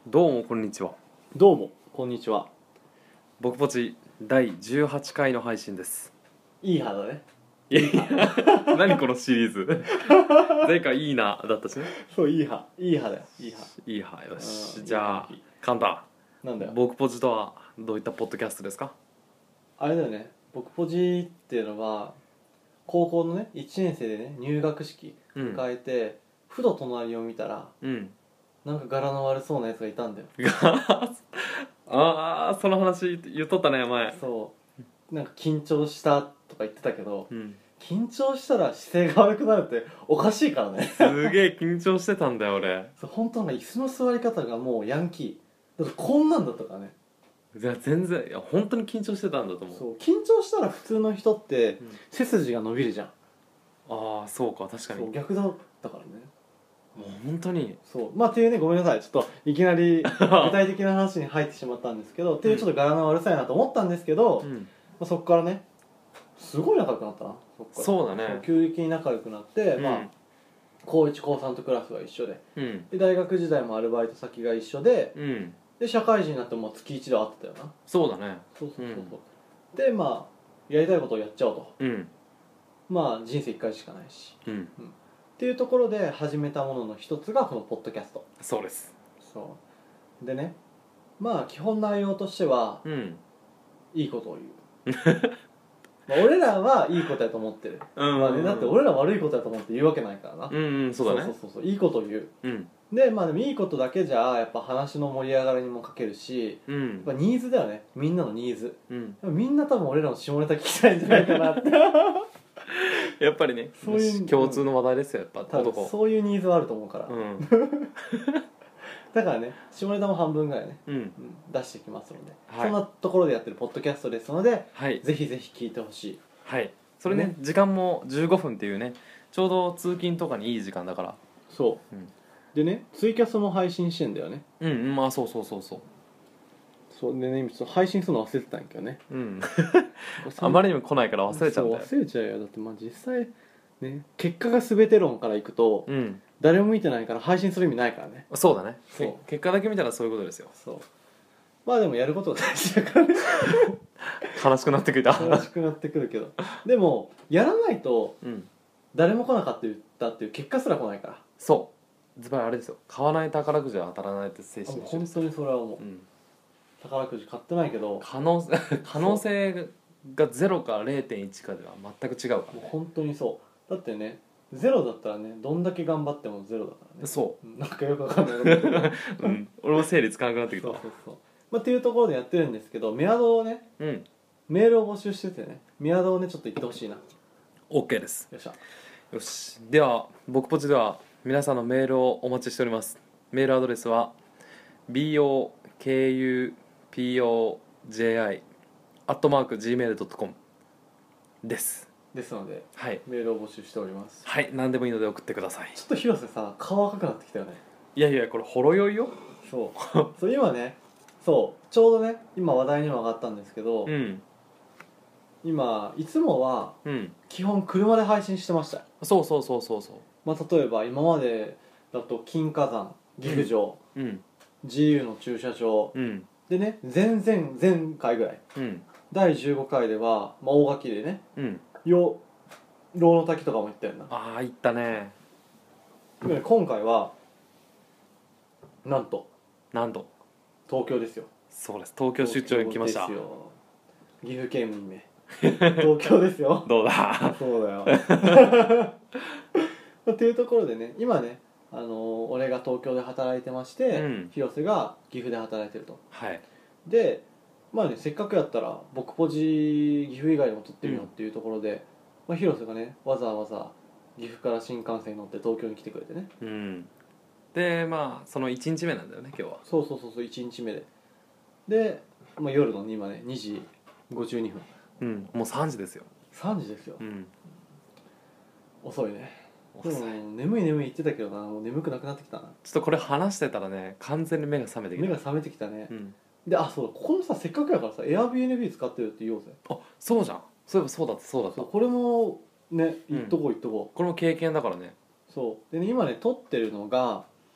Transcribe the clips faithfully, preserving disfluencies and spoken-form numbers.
どうもこんにちは。 どうもこんにちは。 僕ポチだいじゅうはちかいの配信です。 いい肌ね。 いやいや何このシリーズ前回いいなだったしね。 そう、いい歯いい歯だよ。いい歯。 いいはよし、 うんじゃあいいカンタ、 なんだよ。 僕ポチとはどういったポッドキャストですか？ あれだよね、僕ポジっていうのは高校のねいちねん生でね入学式うん迎えて、ふと隣を見たらうんなんか柄の悪そうなやつがいたんだよ。 ああ、その話言っとったね前。 そうなんか緊張したとか言ってたけど、 うん緊張したら姿勢が悪くなるっておかしいからね。 すげえ緊張してたんだよ俺。 そう本当なんか椅子の座り方がもうヤンキーだってこんなんだったからね。 いや全然、いや本当に緊張してたんだと思う。 そう緊張したら普通の人ってうん背筋が伸びるじゃん。 ああそうか、確かに。もそう逆だったからね。 う本当に。 そうまあっていうね、ごめんなさい、ちょっといきなり具体的な話に入ってしまったんですけどっていうちょっと柄の悪さやなと思ったんですけど、まうんあ、そこからねすごい仲良くなったな。そっからそうだね。 急激に仲良くなって、 うんまあ高いち高さんとクラスが一緒で、 うんで大学時代もアルバイト先が一緒で、 うんで社会人になっても月一で会ってたよな。 そうだね。 そうそうそうそう、でまあやりたいことをやっちゃおうと。 うんまあ人生一回しかないしうんっていうところで始めたものの一つがこのポッドキャスト。 そうです。 そうでね、まあ基本内容としてはうんいいことを言うまあ俺らはいいことやと思ってる、 うんまあね、だって俺ら悪いことやと思って言うわけないからな。 うんうんそうだね。 そうそうそういいことを言う。 うんでまあでもいいことだけじゃやっぱ話の盛り上がりにも欠けるし、 うんやっぱニーズだよね、みんなのニーズ。 うんみんな多分俺らの下ネタ聞きたいんじゃないかなってやっぱりね、 そういう共通の話題ですよ、やっぱ多分男。 そういうニーズはあると思うから、 うんだからね下ネタも半分ぐらいね、 うんうん出してきますので、 はいそんなところでやってるポッドキャストですので、 はいぜひぜひ聞いてほしい。 はい。それねね時間もじゅうごふんっていうね、ちょうど通勤とかにいい時間だから。 そう、 うんでねツイキャスも配信してんだよね。 うんうんまあそうそうそうそう。 そうでねちょっと配信するの忘れてたんやけどねうんあまりにも来ないから忘れちゃうんだよ。 そう忘れちゃうよ。だってまあ実際ね結果が全て論からいくと、 うん誰も見てないから配信する意味ないからね。 そうだね。 そうけ結果だけ見たらそういうことですよ。 そうまあでもやることが大事だからね悲しくなってくれた。 楽しくなってくるけどでもやらないとうん誰も来なかったっていう結果すら来ないから。 そうズバリあれですよ、買わない宝くじは当たらないって精神あ本当にそれは思う。 うん宝くじ買ってないけども可能可能性がゼロか れいてんいち かでは全く違うからね。 う本当にそうだってねゼロだったらねどんだけ頑張ってもゼロだからね。 そうんなんかよくわかんないこと言ってるう、うん、俺も整理つかなくなってきたわ。 そうそうそう、まあ、っていうところでやってるんですけど、メアドをねうんメールを募集しててね、メアドをねちょっと言ってほしいな。よ OK です。 っしゃ。 よし、では僕ポチでは皆さんのメールをお待ちしております。メールアドレスは ビーオーケーユーピーオージェーアイ アットマーク ジーメールドットコム です。 ですのではいメールを募集しております。 はい何でもいいので送ってください。 ちょっと広瀬さ顔赤くなってきたよね。 いやいやこれほろ酔いよ。 そうそう今ねそうちょうどね今話題にも上がったんですけど、 うん今いつもはうん基本車で配信してました。 そうそうそうそうそまあ、例えば今までだと金華山岐阜城、 ううんジーユー の駐車場うんでね前々前回ぐらいうんだいじゅうごかいでは、まあ、大垣でねうんよ牢の滝とかも行ったよな。 ああ行ったね。 でね今回はなんとなんと東京ですよ。 そうです、東京出張に来ました東京ですよ。岐阜県民め東京ですよどうだそうだよっていうところでね今ね、あのー俺が東京で働いてまして、 うん広瀬が岐阜で働いてると。 はいでまあねせっかくやったら僕ポジ岐阜以外でも撮ってみようっていうところで、まあ、広瀬がねわざわざ岐阜から新幹線に乗って東京に来てくれてね。 うんでまあそのいちにちめなんだよね今日は。 そうそうそうそういちにちめでで、まあ、夜の今ねにじごじゅうにふんうんもうさんじですよ。 さんじですよ。 うん遅いね。で遅い。 も眠い眠い言ってたけどな、もう眠くなくなってきたな。 ちょっとこれ話してたらね完全に目が覚めてきた。 目が覚めてきたね。 うんであそうだここのさせっかくやからさ Airbnb 使ってるって言おうぜ。 あそうじゃん、そういえばそうだったそうだった。 そうこれもね言っとこう言っとこう、 これも経験だからね。 そうでね今ね撮ってるのが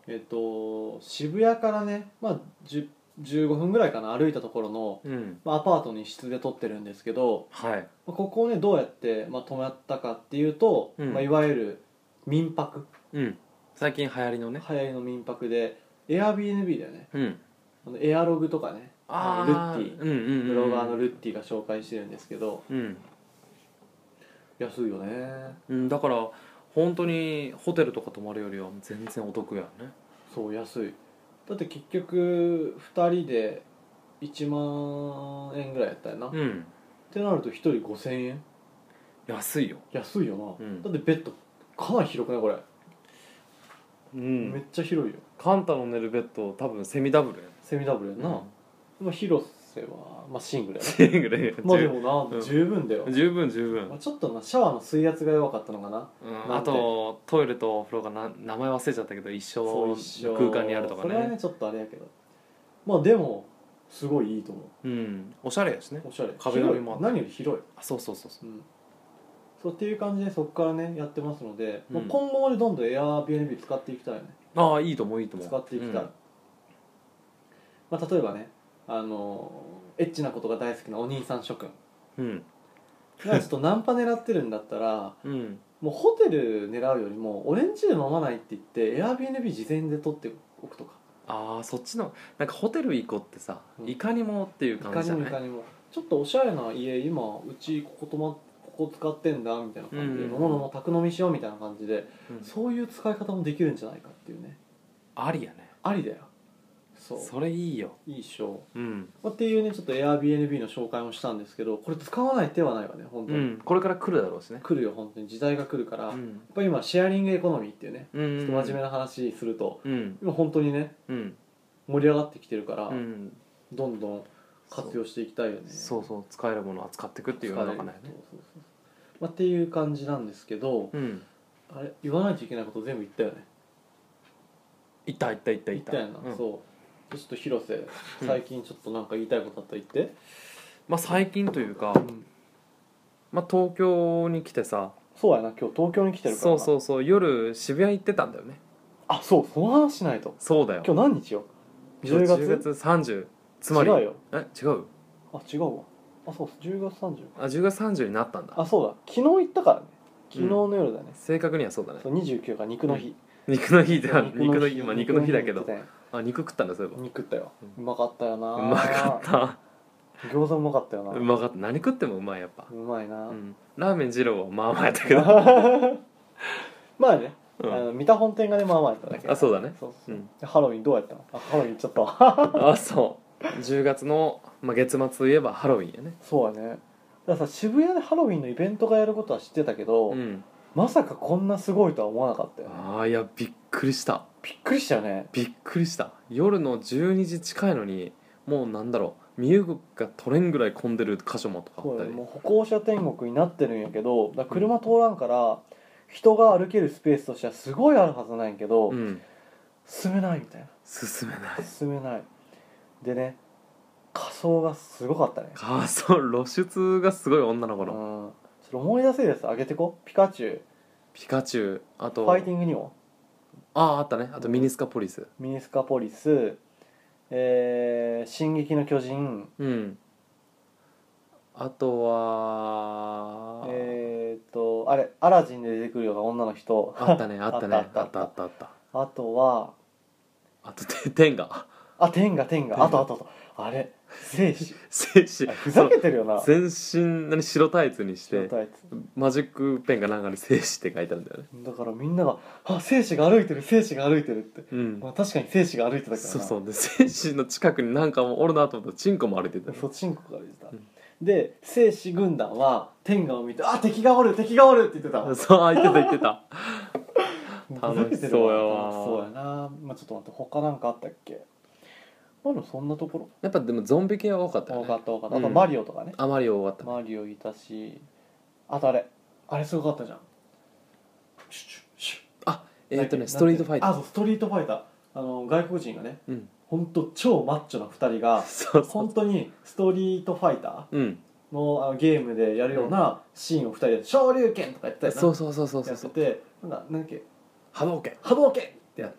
えっと渋谷からね、まあ、じゅじゅうごふんぐらいかな歩いたところの、 うんまあ、アパートに室で撮ってるんですけど、 はいまあここをねどうやって、まあ、泊まったかっていうと、 うんまあ、いわゆる民泊、 うん最近流行りのね流行りの民泊で Airbnb だよね。 うんあのエアログとかね、あのルッあティ、 ーうんうんうんうんブロガーのルッティが紹介してるんですけど、 うん安いよね。 うんだから本当にホテルとか泊まるよりは全然お得やねそう安い。だって結局ふたりでいちまん円ぐらいやったよな、っうんてなるとひとりごせんえん。 安いよ安いよな、 うんだってベッドかなり広くないこれ、 うめっんちゃ広いよ。 カンタの寝るベッド多分セミダブルやねセミダブルやな、 うんまあ、広瀬は、まあ、シングルやなシングルまあでもな、 うん十分だよ、 十分十分、 まあ、ちょっとなシャワーの水圧が弱かったのかな。 うん、あなんでとトイレとお風呂がな名前忘れちゃったけど一そう緒一緒空間にあるとかそれはねねちょっとあれやけど、まあでもすごいいいと思うんおしゃれやしねう。おしゃれ、 壁紙もあって広い何より広い、 あそうそうそうそううん、そうっていう感じでそこからねやってますので、 うんまあ今後までどんどん Airbnb 使っていきたいよね。 ああいいと思ういいと思う使っていきたい、 うんまあ、例えばねあのエッチなことが大好きなお兄さん諸君うんがちょっとナンパ狙ってるんだったらうんもうホテル狙うよりも俺ん家で飲まないって言って Airbnb 事前で取っておくとか、 ああそっちのなんかホテル行こうってさ、 うんいかにもっていういか感じじゃないにもいかにもちょっとおしゃれな家今うちここ泊まここ使ってんだみたいな感じで、 うん飲もう飲もう宅飲みしようみたいな感じで、 うんそういう使い方もできるんじゃないかっていうね。 ありやねありだよ。そうそれいいよいいっしょ、 うん、 まあっていうねちょっと Airbnb の紹介もしたんですけど、これ使わない手はないわね本当に、 うん、これから来るだろうしね来るよ本当に時代が来るから、やっうんぱり今シェアリングエコノミーっていうね、 うんちょっと真面目な話するとうん今本当にねうん盛り上がってきてるから、 うんどんどん活用していきたいよね。 そうそう使えるものは使っていくっていう世の中ねそうそうそうそう、まあ、っていう感じなんですけど、 うんあれ言わないといけないこと全部言ったよね。 いったいったいったいっ言ったたやな、 うんそうちょっと広瀬最近ちょっとなんか言いたいことあったら言って、 まあ最近というか、 うんまあ、東京に来てさそうやな今日東京に来てるからな。 そうそうそう夜渋谷行ってたんだよねあそうその話しないと。 そうだよ今日何日よ。 今日じゅうがつじゅうがつさんじゅうつまり違うよ。 え違うあ違うわ。あそうじゅうがつさんじゅうあじゅうがつさんじゅうになったんだあそうだ昨日行ったからね。昨日の夜だね、 正確にはそうだねそうにじゅうくが肉の日、 肉の日では肉の日日今肉の日だけど肉の日あ肉食ったんだそういえば肉食ったよ、 ううまかったよな。 うまかった餃子うまかったよな。 うまかった何食ってもうまいやっぱ、 うまいな、 うん、ラーメン二郎はまあまあやったけど、 まあね、 うんあの三田本店がねまあまあやっただけ。 あそうだねそうそう、 うんハロウィンどうやったの。あハロウィン行っちゃったわあそうじゅうがつの、まあ、月末といえばハロウィンやねそうやね。だからさ渋谷でハロウィンのイベントがやることは知ってたけど、 うんまさかこんなすごいとは思わなかったよね。 ああいやびっくりしたびっくりしたよね。 びっくりした夜のじゅうにじ近いのにもうなんだろう身動きが取れんぐらい混んでる箇所もとかあったりそうやねもう歩行者天国になってるんやけど、だから車通らんから人が歩けるスペースとしてはすごいあるはずなんやけど、 うん進めないみたいな。 進めない進めないでね、仮装がすごかったね。 あそう露出がすごい女の子うんのそれ思い出せるやつあげてこ。ピカチュウ、 ピカチュウあとファイティングにもあああったねあとミニスカポリスミニスカポリス、えー、進撃の巨人、 うんあとはえーっとあれアラジンで出てくるような女の人あったねあったねあったあったあったあったあとはあとて天があ天が天があとあとあとあれ生死静止あふざけてるよな。 全身何白タイツにして白タイツマジックペンがなんかに静止って書いてあるんだよねだからみんなが「あ生死が歩いてる生死が歩いてる」って、 うんまあ、確かに生死が歩いてたからな。 そうそうで静止の近くになんかもおるなと思ったらチンコも歩いてたよそっちんこが歩いてた、 うんで生死軍団は天下を見て「あ敵がおる敵がおる」って言ってた。 そう言ってた言ってたふざけてる楽しそうやわ楽しそうやな。まあちょっと待って他なんかあったっけ。まあでもそんなところやっぱでもゾンビ系は多かったよ多ねかった多かった。あとうんマリオとかね、 あマリオ終わったマリオいたし、あとあれあれすごかったじゃん。シュッシュッシュッあえっとねストリートファイターあそうストリートファイター、あの外国人がねうん本当超マッチョなふたりがそうそう本当にストリートファイタうんーのあのゲームでやるようなシーンをふたりで「昇竜拳」とかやってたよな。 そうそうそうそうそうやっててなんかなんだっけ波動拳波動拳ってやって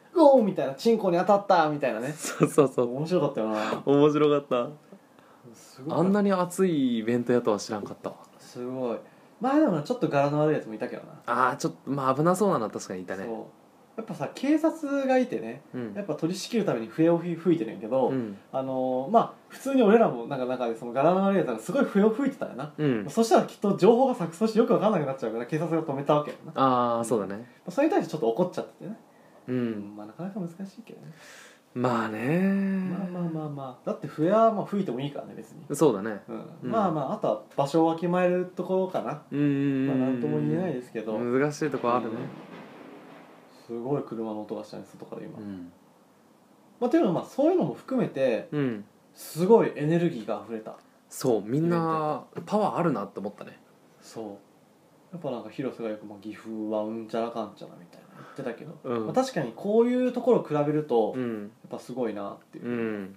うおーみたいな、チンコに当たったみたいなね。 そうそうそう面白かったよな。 面白かったすごいあんなに熱いイベントやとは知らんかったわすごい。まあでもちょっと柄の悪いやつもいたけどな。 あーちょっとまあ危なそうなのは確かにいたねそうやっぱさ警察がいてね、 うんやっぱ取り仕切るために笛を吹いてるんやけど、 うんあのーまあ普通に俺らもなんか中でその柄の悪いやつがすごい笛を吹いてたよな、 うんそしたらきっと情報が錯綜してよく分かんなくなっちゃうから警察が止めたわけやな。 ああそうだねそれに対してちょっと怒っちゃっててね、 ううんんまあなかなか難しいけどね。 まあねまあまあまあまあだって笛はまあ吹いてもいいからね別に、 そうだねうんうんまあまああとは場所をわきまえるところかな。 うんうんまあうんなんとも言えないですけど、 難しいとこあるねすごい車の音がしたね外から今、 うんまあというのはまあそういうのも含めてうんすごいエネルギーが溢れた。 そうみんなパワーあるなって思ったねそうやっぱなんか広瀬がよく、まあ、岐阜はうんちゃらかんちゃらみたいな言ってたけど、 うんまあ、確かにこういうところを比べると、やっうんぱすごいなっていううん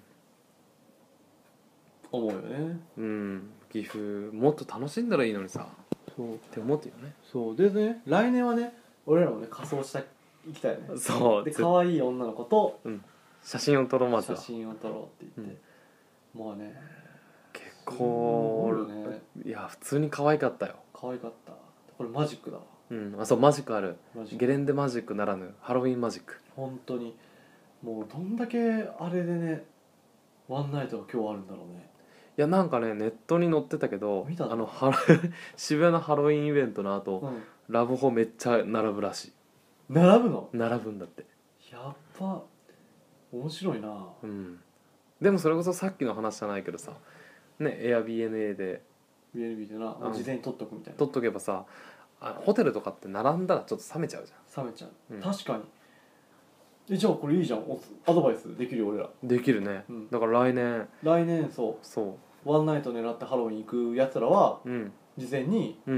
思うよね。 うん岐阜もっと楽しんだらいいのにさそうって思ってよねそうでね来年はね俺らもね仮装した行きたいよね。 そうぜで可愛い女の子と写真を撮ろうまず写は真を撮ろうって言って、もうね結すご構いよね。 いや普通に可愛かったよ可愛かった。これマジックだわ。 うんあそうマジックあるマジックゲレンデマジックならぬハロウィンマジック本当にもうどんだけあれでねワンナイトが今日あるんだろうね。 いやなんかねネットに載ってたけど見たのあのハロ渋谷のハロウィンイベントの後、 うんラブホめっちゃ並ぶらしい並ぶの並ぶんだってやっぱ面白いな。 うんでもそれこそさっきの話じゃないけどさね Airbnb でビーエヌビー でな、 うん事前に取っとくみたいな。 取っとけばさあホテルとかって並んだらちょっと冷めちゃうじ冷めちゃう、 うん確かに。えじゃあこれいいじゃん、おアドバイスできるよ俺ら。 ゃんできるね、 うんだから来年来年そそうワンナイト狙ってハロウィン行くやつらはううん事前にうん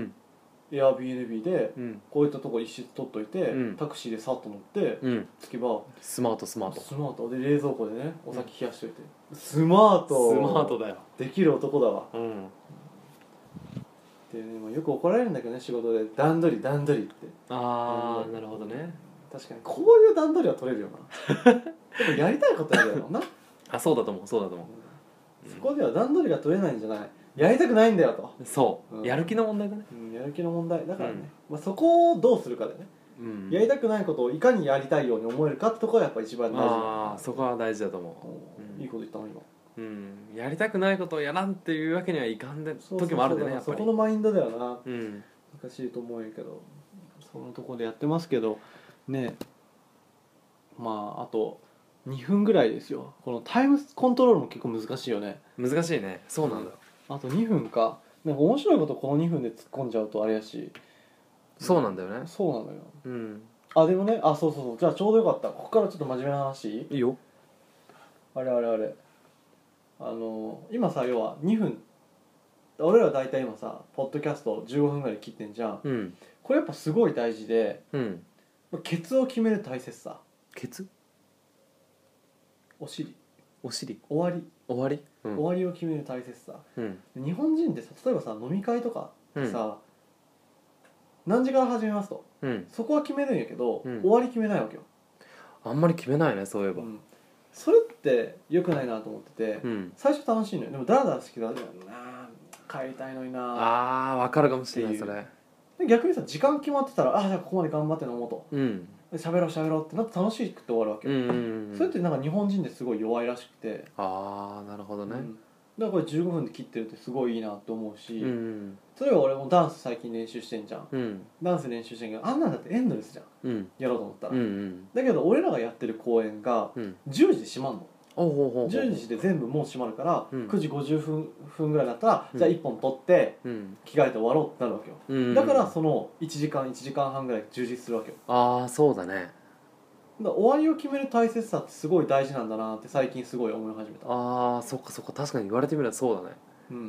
Airbnb でうんこういったとこ一室取っといて、 うんタクシーでさっと乗ってうん着けばスマートスマートスマートで冷蔵庫でねお酒冷やしといて、スマートスマートだよできる男だわ。 うんでね、まあよく怒られるんだけどね仕事で段取り段取りって。うんああなるほどね確かにこういう段取りは取れるよなでもやりたいことやるやろうなあそうだと思うそうだと思うそこでは段取りが取れないんじゃない、やりたくないんだよと、 そう、 うんやる気の問題だねうん、やる気の問題だからね、 うんまあ、そこをどうするかでね、 うんやりたくないことをいかにやりたいように思えるかってところがやっぱ一番大事ああそこは大事だと思うんうんいいこと言ったの今。 ううんやりたくないことをやらんっていうわけにはいかんでそうそうそう時もあるでねだからそやっぱりこのマインドだよな。 うん難しいと思うんやけどそのところでやってますけどね。まああとにふんぐらいですよ。このタイムコントロールも結構難しいよね。 難しいねそうなんだよ、 あとにふんか。なんか面白いことこのにふんで突っ込んじゃうとあれやし。 そうなんだよねそうなのよ。 うんあでもね、あそうそうそう、じゃあちょうどよかった。ここからちょっと真面目な話いい？ いいよあれあれあれあの今さ要はにふん、俺ら大体今さポッドキャストじゅうごふんぐらい切ってんじゃん。 うんこれやっぱすごい大事で、 うんケツを決める大切さ。 ケツお尻お尻終わり、 終わりうん終わりを決める大切さ。 うん日本人ってさ例えばさ飲み会とかってさ、何時から始めますとうんそこは決めるんやけど、 うん終わり決めないわけよ、 あんまり決めないねそういえばうんそれって良くないなと思ってて、 うん最初楽しいのよ。でもダラダラ好きだな帰りたいのにな。 ああ分かるかもしれないっていうそれで逆にさ時間決まってたらあじゃあここまで頑張って飲もうとうんで喋ろう喋ろうってなって楽しくて終わるわけよ、 うんうんうんそれってなんか日本人ですごい弱いらしくて、 ああなるほどねうんだからこれじゅうごふんで切ってるってすごいいいなって思うし、 うん例えば俺もダンス最近練習してんじゃん。 うんダンス練習してんけどあんなんだってエンドレスじゃんうんやろうと思ったら、 うんうんだけど俺らがやってる公演がうんじゅうじで閉まんの。 おうほうほうほうじゅうじで全部もう閉まるから、 うんくじごじゅっぷん分ぐらいだったら、 うんじゃあいっぽん取ってうん着替えて終わろうってなるわけよ、 うんだからそのいちじかんいちじかんはんぐらい充実するわけよ。 ああそうだねだから終わりを決める大切さってすごい大事なんだなって最近すごい思い始めた。 ああそっかそっか確かに言われてみればそうだねうん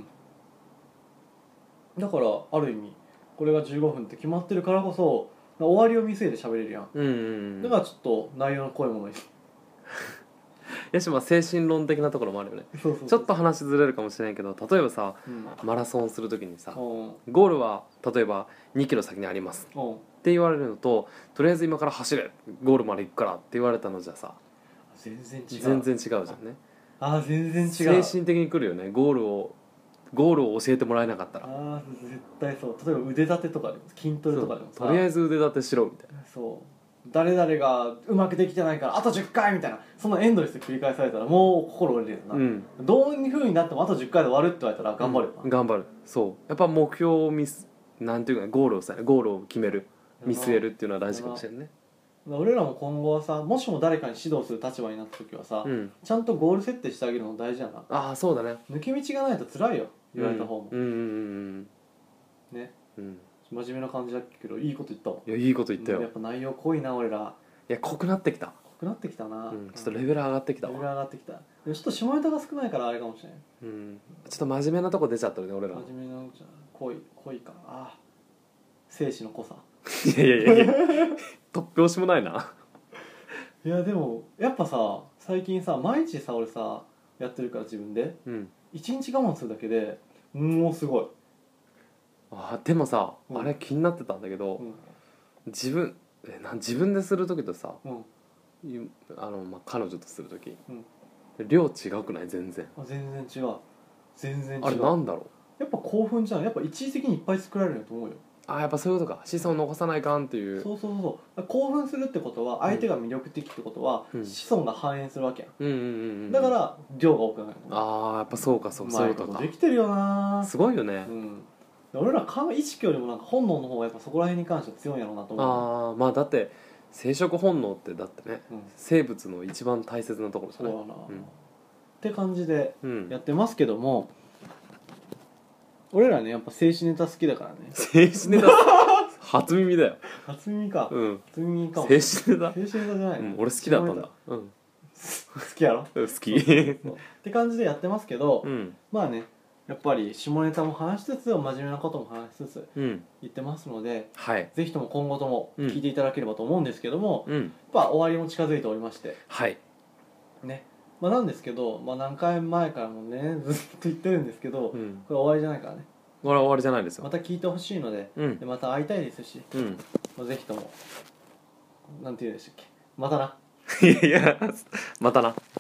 だからある意味これがじゅうごふんって決まってるからこそ終わりを見据えて喋れるやん。 うんうんうんだからちょっと内容の濃いものにやしまあ精神論的なところもあるよねそうそうそうちょっと話ずれるかもしれないけど例えばさうんマラソンするときにさうんゴールは例えばにキロ先にありますうんってって言われるのと、とりあえず今から走れゴールまで行くからって言われたのじゃさ全然違う全然違うじゃんね。 あー全然違う精神的に来るよね。ゴールをゴールを教えてもらえなかったら、 ああ絶対そう。例えば腕立てとかでも筋トレとかでもさ、 とりあえず腕立てしろみたいな。 そう誰々がうまくできてないからあとじゅっかいみたいな、そのエンドレスで繰り返されたらもう心折れるよな、 うん、 どういう風になってもあとじゅっかいで終わるって言われたら頑張るよな、 うん頑張る。そうやっぱ目標をミスなんていうかゴールをさゴールを決める見据えるっていうのは大事かもしれんね。 俺らも今後はさ、もしも誰かに指導する立場になった時はさ、 うん、 ちゃんとゴール設定してあげるの大事やな。 ああそうだね。 抜け道がないと辛いよ言われた方も、 うんうんうんうんね、 うん真面目な感じだけどいいこと言ったわ。 いやいいこと言ったよ。 やっぱ内容濃いな俺ら。 いや濃くなってきた、 濃くなってきたな、 うん、ちょっとレベル上がってきたレベルわ。 上がってきた。でもちょっと下ネタが少ないからあれかもしれない。 うん、ちょっと真面目なとこ出ちゃったるね俺ら。 真面目なじゃ濃い濃いかああ生死の濃さ。 いやいやいやいや突拍子もないな。 いやでもやっぱさ最近さ毎日さ俺さやってるから自分でうん一日我慢するだけでもうすごい、 あでもさ、 うんあれ気になってたんだけど、 うん自分えな自分でする時とさ、 うん、 いあの、まあ、彼女とする時、 うん量違くない全然。 あ全然違う全然違う。 あれなんだろう。 やっぱ興奮じゃん。やっぱ一時的にいっぱい作られるんやと思うよ。 あやっぱそういうことか。子孫を残さないかんっていう。 そうそうそう興奮するってことは相手が魅力的ってことは、 うん子孫が繁栄するわけやん、 うんうんうんうんだから量が多くなるの。 ああやっぱそうかそううそういうことか。 まいことできてるよな。 すごいよねう。ん俺らか意識よりもなんか本能の方がやっぱそこら辺に関しては強いんやろうなと思う。 ああまあだって生殖本能ってだってねうん、 生物の一番大切なところじゃない。 そうやな、 うんって感じでうんやってますけども、俺らねやっぱ静止ネタ好きだからね。 静止ネタ初耳だよ。 初耳か、 うん初耳かも。 静止ネタ、 静止ネタじゃないの、 うん、俺好きだったんだ。うん好きやろ好きそうって感じでやってますけど、 うんまあねやっぱり下ネタも話しつつ真面目なことも話しつつうん言ってますので、 はいぜひとも今後とも聞いていただければと思うんですけども、 うんやっぱ終わりも近づいておりましてはいね、まあ、なんですけど、まあ、何回前からもねずっと言ってるんですけど、 うんこれ終わりじゃないからね。 これは終わりじゃないですよ。 また聞いてほしいので、 うんでまた会いたいですし、 うんまあ、ぜひともなんて言うんでしたっけ、またな。 いやいやまたな。